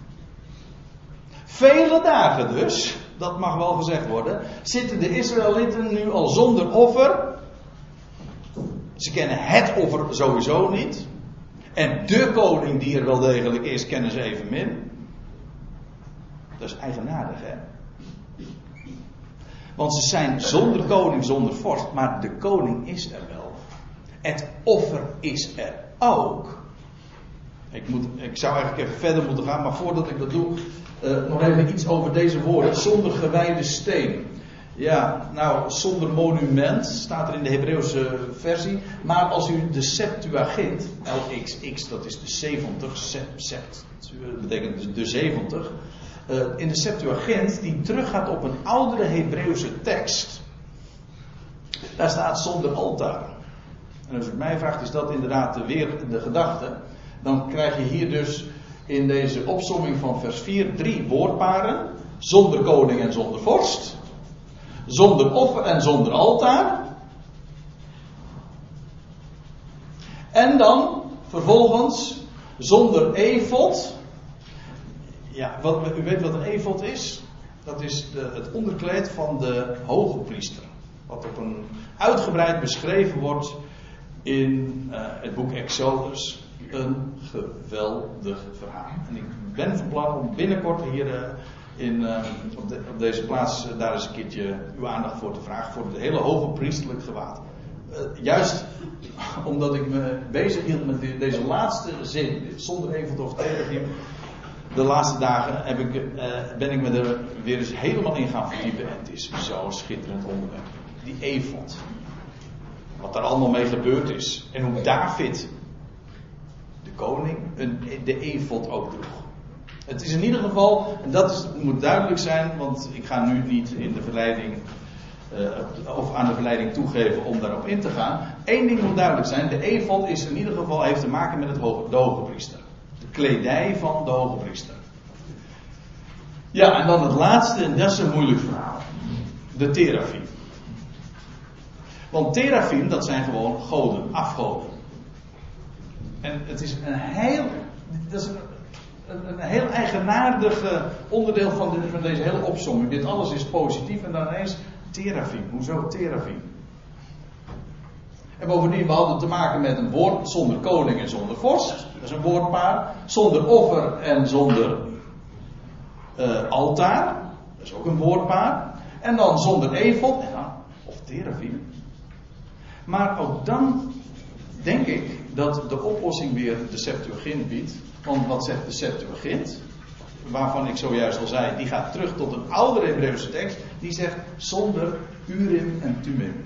A: vele dagen dus, dat mag wel gezegd worden, zitten de Israëlieten nu al zonder offer. Ze kennen het offer sowieso niet. En de koning die er wel degelijk is, kennen ze evenmin. Dat is eigenaardig, hè? Want ze zijn zonder koning, zonder vorst, maar de koning is er wel. Het offer is er ook. Ik, moet, ik zou eigenlijk even verder moeten gaan, maar voordat ik dat doe, uh, nog even iets over deze woorden. Zonder gewijde steen. Ja, nou, zonder monument staat er in de Hebreeuwse versie. Maar als u de Septuagint, L X X, dat is de zeventig, sept, dat betekent de zeventig. Uh, in de Septuagint, die teruggaat op een oudere Hebreeuwse tekst. Daar staat zonder altaar. En als u mij vraagt, is dat inderdaad weer de gedachte. Dan krijg je hier dus in deze opsomming van vers vier drie woordparen. Zonder koning en zonder vorst. Zonder offer en zonder altaar. En dan vervolgens zonder efod. Ja, wat, u weet wat een efod is? Dat is de, het onderkleed van de hoge priester. Wat op een uitgebreid beschreven wordt in uh, het boek Exodus. Een geweldig verhaal. En ik ben van plan om binnenkort hier uh, in, uh, op, de, op deze plaats uh, daar eens een keertje uw aandacht voor te vragen. Voor het hele hoge priesterlijk gewaad. Uh, juist omdat ik me bezig hield met die, deze laatste zin. Zonder efod of tegenriem. de laatste dagen heb ik, uh, ben ik me er weer eens helemaal in gaan verdiepen. En het is zo'n schitterend onderwerp. Die efod. Wat daar allemaal mee gebeurd is. En hoe David, de koning, een, de efod ook droeg. Het is in ieder geval, en dat is, moet duidelijk zijn, want ik ga nu niet in de verleiding, uh, of aan de verleiding toegeven om daarop in te gaan. Eén ding moet duidelijk zijn, de efod is in ieder geval, heeft te maken met het hoge, de hoge priester. De kledij van de hoge priester. Ja, en dan het laatste, en dat is een moeilijk verhaal. De terafim. Want terafim, dat zijn gewoon goden, afgoden. En het is een heel, dat is een, een, een heel eigenaardig onderdeel van, de, van deze hele opsomming. Dit alles is positief en dan ineens terafim. Hoezo terafim? En bovendien, we hadden te maken met een woord zonder koning en zonder vorst. Dat is een woordpaar. Zonder offer en zonder uh, altaar. Dat is ook een woordpaar. En dan zonder efod. En dan, of terafim. Maar ook dan denk ik dat de oplossing weer de Septuagint biedt. Want wat zegt de Septuagint? Waarvan ik zojuist al zei, die gaat terug tot een oudere Hebreeuwse tekst. Die zegt zonder Urim en Thummim.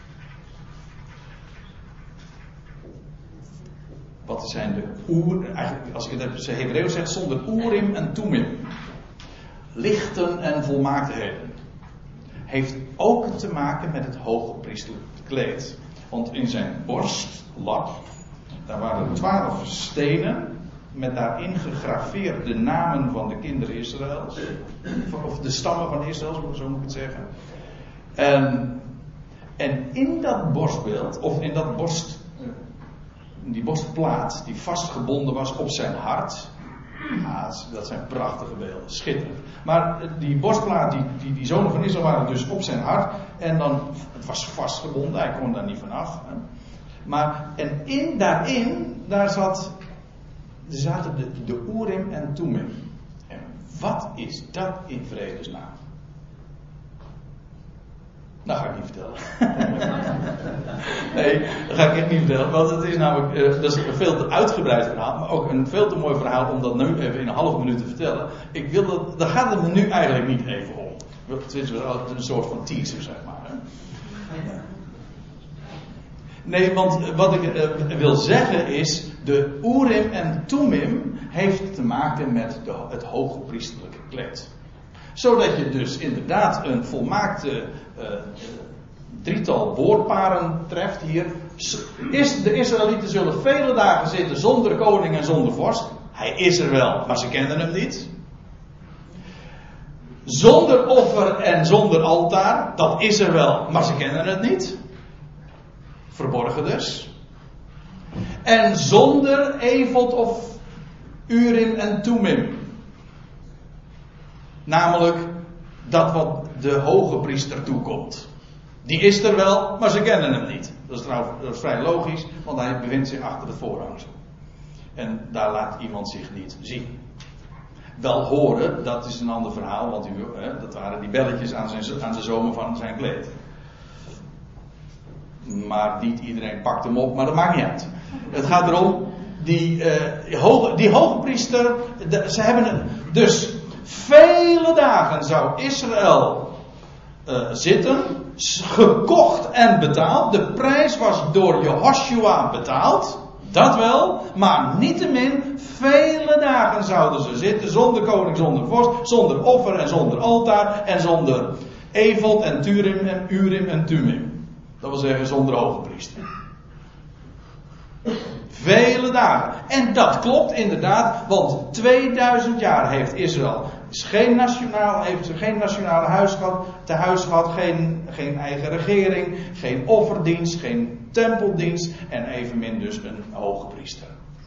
A: Wat zijn de oer, eigenlijk als ik het heb, Hebreeuws zeg, zonder Urim en Thummim. Lichten en volmaaktheden. Heeft ook te maken met het hoge priesterlijk kleed. Want in zijn borstlap, daar waren twaalf stenen, met daarin gegraveerd de namen van de kinderen Israëls. Of de stammen van Israël, zo moet ik het zeggen. En, en in dat borstbeeld, of in dat borst, die borstplaat, die vastgebonden was op zijn hart. Ah, dat zijn prachtige beelden, schitterend. Maar die borstplaat, die, die, die zonen van Israël waren dus op zijn hart. En dan, het was vastgebonden, hij kon daar niet vanaf. Hè. Maar, en in, daarin, daar zat, er zaten de, de Urim en Thummim. En wat is dat in vredesnaam? Dat ga ik niet vertellen. Nee, dat ga ik echt niet vertellen. Want het is namelijk, uh, dat is een veel te uitgebreid verhaal. Maar ook een veel te mooi verhaal om dat nu even in een half minuut te vertellen. Ik wil dat, daar gaat het me nu eigenlijk niet even om. Het is een soort van teaser, zeg maar. Hè? Nee, want wat ik uh, wil zeggen is, de Urim en Thummim heeft te maken met de, het hoge priesterlijke kleed. Zodat je dus inderdaad een volmaakte uh, drietal woordparen treft hier. Is, de Israëlieten zullen vele dagen zitten zonder koning en zonder vorst. Hij is er wel, maar ze kennen hem niet. Zonder offer en zonder altaar. Dat is er wel, maar ze kennen het niet. Verborgen dus. En zonder efod of Urim en Thummim. Namelijk dat wat de hoge priester toekomt. Die is er wel, maar ze kennen hem niet. Dat is trouwens dat is vrij logisch, want hij bevindt zich achter het voorhangsel. En daar laat iemand zich niet zien. Wel horen, dat is een ander verhaal, want u, hè, dat waren die belletjes aan, zijn, aan de zomer van zijn kleed. Maar niet iedereen pakt hem op, maar dat maakt niet uit. Het gaat erom, die, uh, hoge, die hoge priester, de, ze hebben het dus... Vele dagen zou Israël uh, zitten, gekocht en betaald. De prijs was door Jehoshua betaald, dat wel. Maar niettemin, vele dagen zouden ze zitten zonder koning, zonder vorst, zonder offer en zonder altaar. En zonder efod en Turim en Urim en Thummim. Dat wil zeggen zonder hoge priester. Vele dagen. En dat klopt inderdaad, want tweeduizend jaar heeft Israël is geen nationaal, heeft ze geen nationale huis gehad, te huis gehad, geen, geen eigen regering, geen offerdienst, geen tempeldienst en evenmin dus een hoge priester.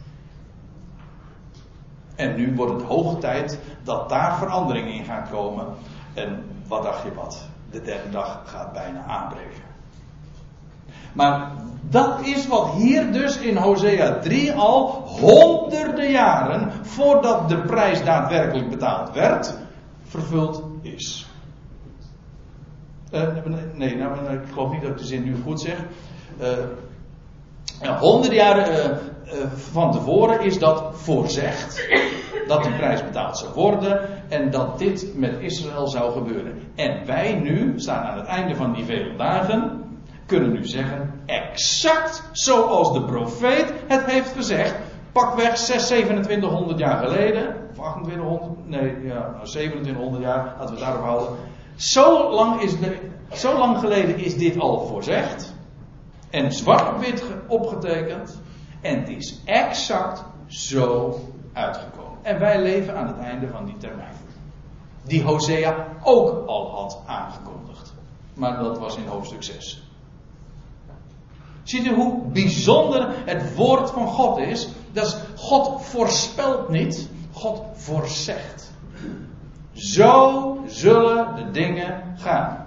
A: En nu wordt het hoge tijd dat daar verandering in gaat komen. En wat dacht je wat? De derde dag gaat bijna aanbreken. Maar dat is wat hier dus in Hosea drie al honderden jaren voordat de prijs daadwerkelijk betaald werd, vervuld is. Uh, nee, nou, ik geloof niet dat ik de zin nu goed zeg. Uh, ja, honderden jaren uh, uh, van tevoren is dat voorzegd. dat die prijs betaald zou worden en dat dit met Israël zou gebeuren. En wij nu, staan aan het einde van die vele dagen, kunnen nu zeggen, exact zoals de profeet het heeft gezegd, pakweg zes, zevenentwintighonderd jaar geleden, of achtentwintighonderd, nee, ja, zevenentwintighonderd jaar, laten we het daarop houden. Zo lang, is de, zo lang geleden is dit al voorzegd en zwart op wit opgetekend en het is exact zo uitgekomen. En wij leven aan het einde van die termijn. Die Hosea ook al had aangekondigd. Maar dat was in hoofdstuk zes. Ziet u hoe bijzonder het woord van God is? Dat is, God voorspelt niet, God voorzegt. Zo zullen de dingen gaan.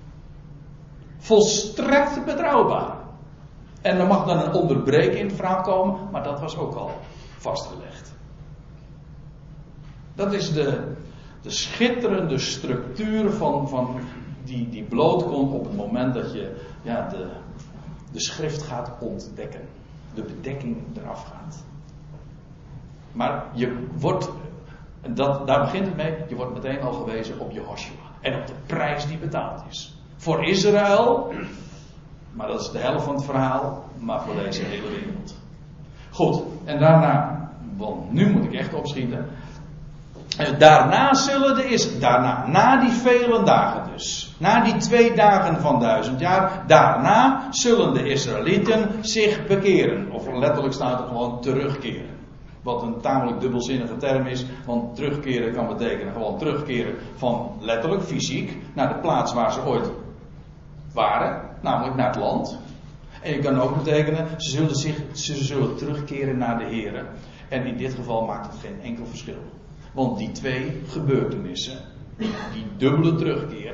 A: Volstrekt betrouwbaar. En er mag dan een onderbreking in het verhaal komen, maar dat was ook al vastgelegd. Dat is de, de schitterende structuur van, van die, die blootkomt op het moment dat je ja, de, de schrift gaat ontdekken. De bedekking eraf gaat. Maar je wordt, dat, daar begint het mee, je wordt meteen al gewezen op Jehoshua. En op de prijs die betaald is. Voor Israël, maar dat is de helft van het verhaal, maar voor deze hele wereld. Goed, en daarna, want nu moet ik echt opschieten. Daarna zullen de is, daarna, na die vele dagen dus, na die twee dagen van duizend jaar, daarna zullen de Israëlieten zich bekeren. Of letterlijk staat er gewoon terugkeren. Wat een tamelijk dubbelzinnige term is, want terugkeren kan betekenen gewoon terugkeren van letterlijk, fysiek, naar de plaats waar ze ooit waren, namelijk naar het land. En je kan ook betekenen, ze zullen, zich, ze zullen terugkeren naar de Here. En in dit geval maakt het geen enkel verschil. Want die twee gebeurtenissen, die dubbele terugkeer,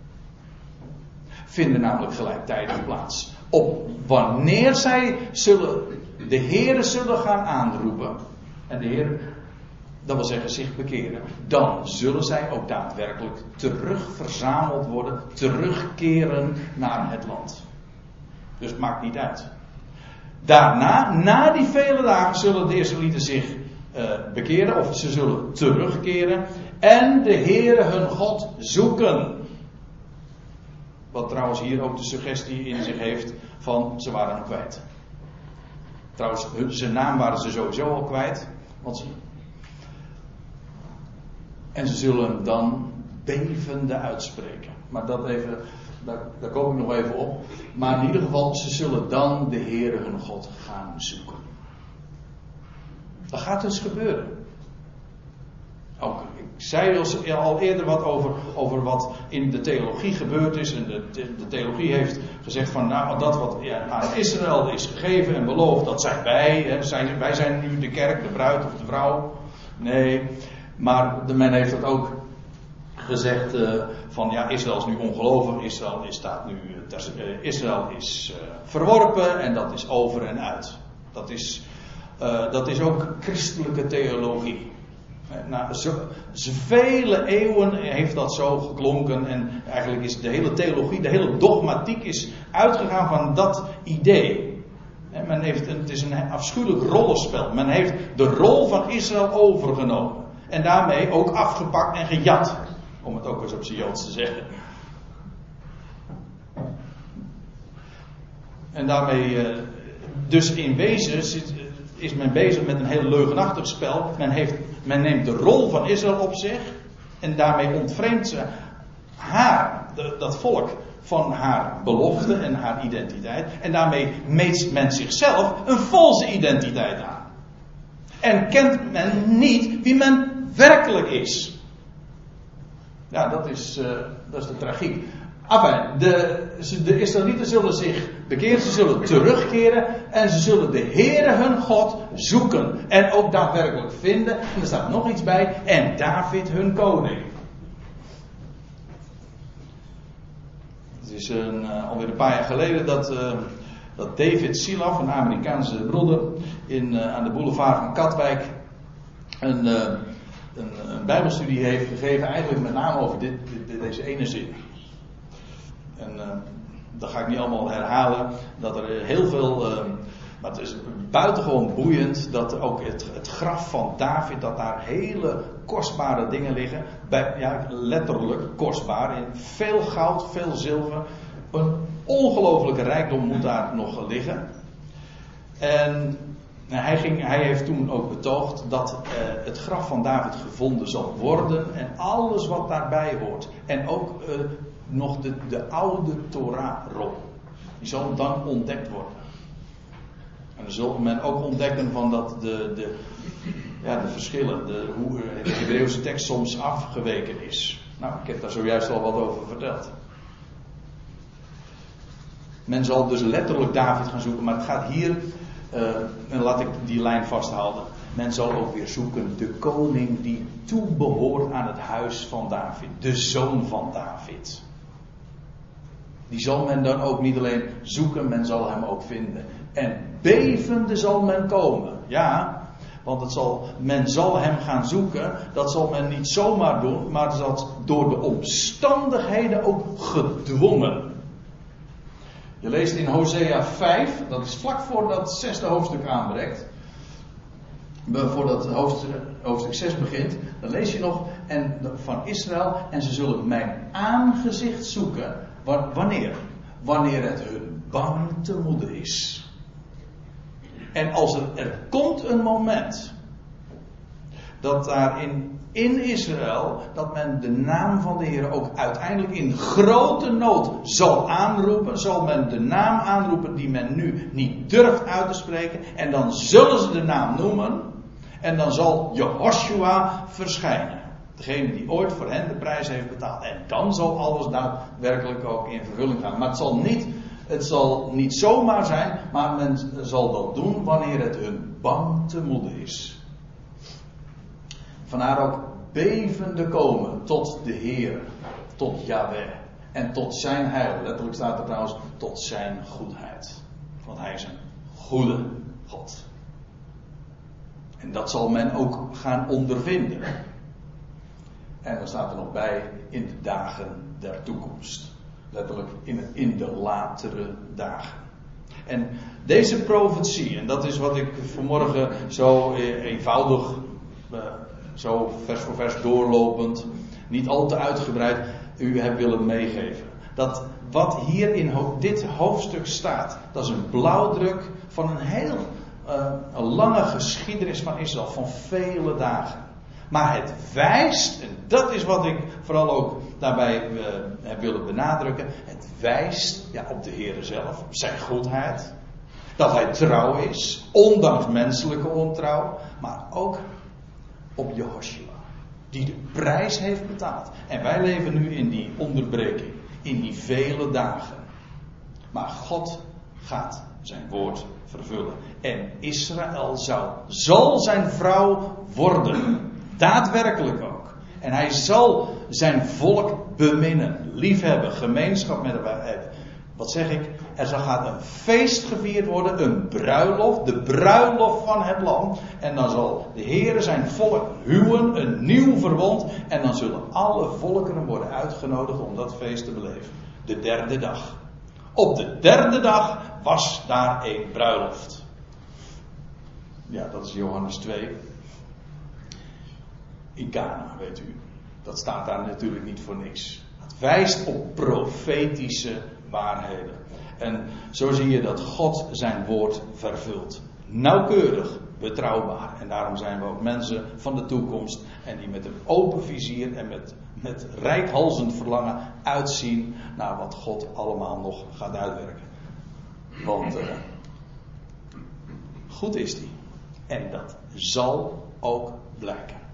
A: vinden namelijk gelijktijdig plaats. Op wanneer zij zullen, de Here zullen gaan aanroepen, en de Heer, dat wil zeggen zich bekeren, dan zullen zij ook daadwerkelijk terug verzameld worden, terugkeren naar het land. Dus het maakt niet uit. Daarna, na die vele dagen, zullen de Israëlieten zich uh, bekeren, of ze zullen terugkeren, en de Heere hun God zoeken. Wat trouwens hier ook de suggestie in zich heeft van ze waren hem kwijt. Trouwens, hun, zijn naam waren ze sowieso al kwijt. Want ze, en ze zullen hem dan bevende uitspreken. Maar dat even, daar, daar kom ik nog even op. Maar in ieder geval, ze zullen dan de Heere hun God gaan zoeken. Dat gaat dus gebeuren. Ook, ik zei al eerder wat over, over wat in de theologie gebeurd is. En de, de theologie heeft gezegd van nou, dat wat ja, aan Israël is gegeven en beloofd, dat zijn wij. Hè, zijn, wij zijn nu de kerk, de bruid of de vrouw. Nee, maar de, men heeft dat ook gezegd uh, van ja, Israël is nu ongelovig. Israël is, staat nu, ter, uh, Israël is uh, verworpen en dat is over en uit. Dat is, uh, dat is ook christelijke theologie. Na zo, zo vele eeuwen heeft dat zo geklonken en eigenlijk is de hele theologie, de hele dogmatiek is uitgegaan van dat idee. En men heeft, het is een afschuwelijk rollenspel. Men heeft de rol van Israël overgenomen en daarmee ook afgepakt en gejat, om het ook eens op zijn Joods te zeggen. En daarmee, dus in wezen zit, is men bezig met een heel leugenachtig spel. Men, heeft, men neemt de rol van Israël op zich. En daarmee ontvreemdt ze haar, de, dat volk, van haar belofte en haar identiteit. En daarmee meet men zichzelf een valse identiteit aan. En kent men niet wie men werkelijk is. Ja, dat is, uh, dat is de tragiek. Enfin, de, de Israëlieten zullen zich bekeren, ze zullen terugkeren en ze zullen de Heere hun God zoeken. En ook daadwerkelijk vinden. En er staat nog iets bij. En David hun koning. Het is een, uh, alweer een paar jaar geleden dat, uh, dat David Silaf, een Amerikaanse broeder, in, uh, aan de boulevard van Katwijk een, uh, een, een bijbelstudie heeft gegeven. Eigenlijk met name over dit, dit, deze ene zin. En uh, dat ga ik niet allemaal herhalen. Dat er heel veel uh, Maar het is buitengewoon boeiend dat ook het, het graf van David, dat daar hele kostbare dingen liggen. Bij, ja, letterlijk kostbaar. In veel goud, veel zilver. Een ongelofelijke rijkdom moet daar nog liggen. En nou, hij, ging, hij heeft toen ook betoogd dat uh, het graf van David gevonden zal worden. En alles wat daarbij hoort. En ook uh, nog de, de oude Torah-rol. Die zal dan ontdekt worden. En dan zal men ook ontdekken van dat de, de, ja, de verschillen, de, hoe de Hebreeuwse tekst soms afgeweken is. Nou, ik heb daar zojuist al wat over verteld. Men zal dus letterlijk David gaan zoeken, maar het gaat hier, uh, en laat ik die lijn vasthouden. Men zal ook weer zoeken de koning die toebehoort aan het huis van David, de zoon van David. Die zal men dan ook niet alleen zoeken, men zal hem ook vinden. En bevende zal men komen. Ja, want het zal, men zal hem gaan zoeken. Dat zal men niet zomaar doen, maar dat door de omstandigheden ook gedwongen. Je leest in Hosea vijf, dat is vlak voordat het zesde hoofdstuk aanbreekt. Voordat hoofdstuk, hoofdstuk zes begint, dan lees je nog en, van Israël. En ze zullen mijn aangezicht zoeken. Wanneer? Wanneer het hun bang te moede is. En als er, er komt een moment dat daar in, in Israël, dat men de naam van de Heer ook uiteindelijk in grote nood zal aanroepen, zal men de naam aanroepen die men nu niet durft uit te spreken, en dan zullen ze de naam noemen, en dan zal Jehoshua verschijnen. Degene die ooit voor hen de prijs heeft betaald. En dan zal alles daadwerkelijk ook in vervulling gaan. Maar het zal niet, het zal niet zomaar zijn, maar men zal dat doen wanneer het hun bang te moede is. Vandaar ook bevende komen tot de Heer, tot Yahweh en tot zijn heil. Letterlijk staat er trouwens tot zijn goedheid. Want hij is een goede God. En dat zal men ook gaan ondervinden. En dan staat er nog bij in de dagen der toekomst. Letterlijk in, in de latere dagen. En deze profetie, en dat is wat ik vanmorgen zo eenvoudig, zo vers voor vers doorlopend, niet al te uitgebreid, u heb willen meegeven. Dat wat hier in dit hoofdstuk staat, dat is een blauwdruk van een heel uh, een lange geschiedenis van Israël, van vele dagen. Maar het wijst, en dat is wat ik vooral ook daarbij uh, heb willen benadrukken. Het wijst ja, op de Heere zelf, op zijn goedheid. Dat hij trouw is, ondanks menselijke ontrouw. Maar ook op Jehoshua, die de prijs heeft betaald. En wij leven nu in die onderbreking, in die vele dagen. Maar God gaat zijn woord vervullen. En Israël zou, zal zijn vrouw worden. Daadwerkelijk ook. En hij zal zijn volk beminnen, liefhebben, gemeenschap met hem hebben. Wat zeg ik? Er zal gaat een feest gevierd worden, een bruiloft, de bruiloft van het land. En dan zal de Heere zijn volk huwen, een nieuw verbond. En dan zullen alle volkeren worden uitgenodigd om dat feest te beleven. De derde dag. Op de derde dag was daar een bruiloft. Ja, dat is Johannes twee. In Cana, weet u. Dat staat daar natuurlijk niet voor niks. Het wijst op profetische waarheden. En zo zie je dat God zijn woord vervult. Nauwkeurig, betrouwbaar. En daarom zijn we ook mensen van de toekomst. En die met een open vizier en met, met reikhalzend verlangen uitzien naar wat God allemaal nog gaat uitwerken. Want uh, goed is die. En dat zal ook blijken.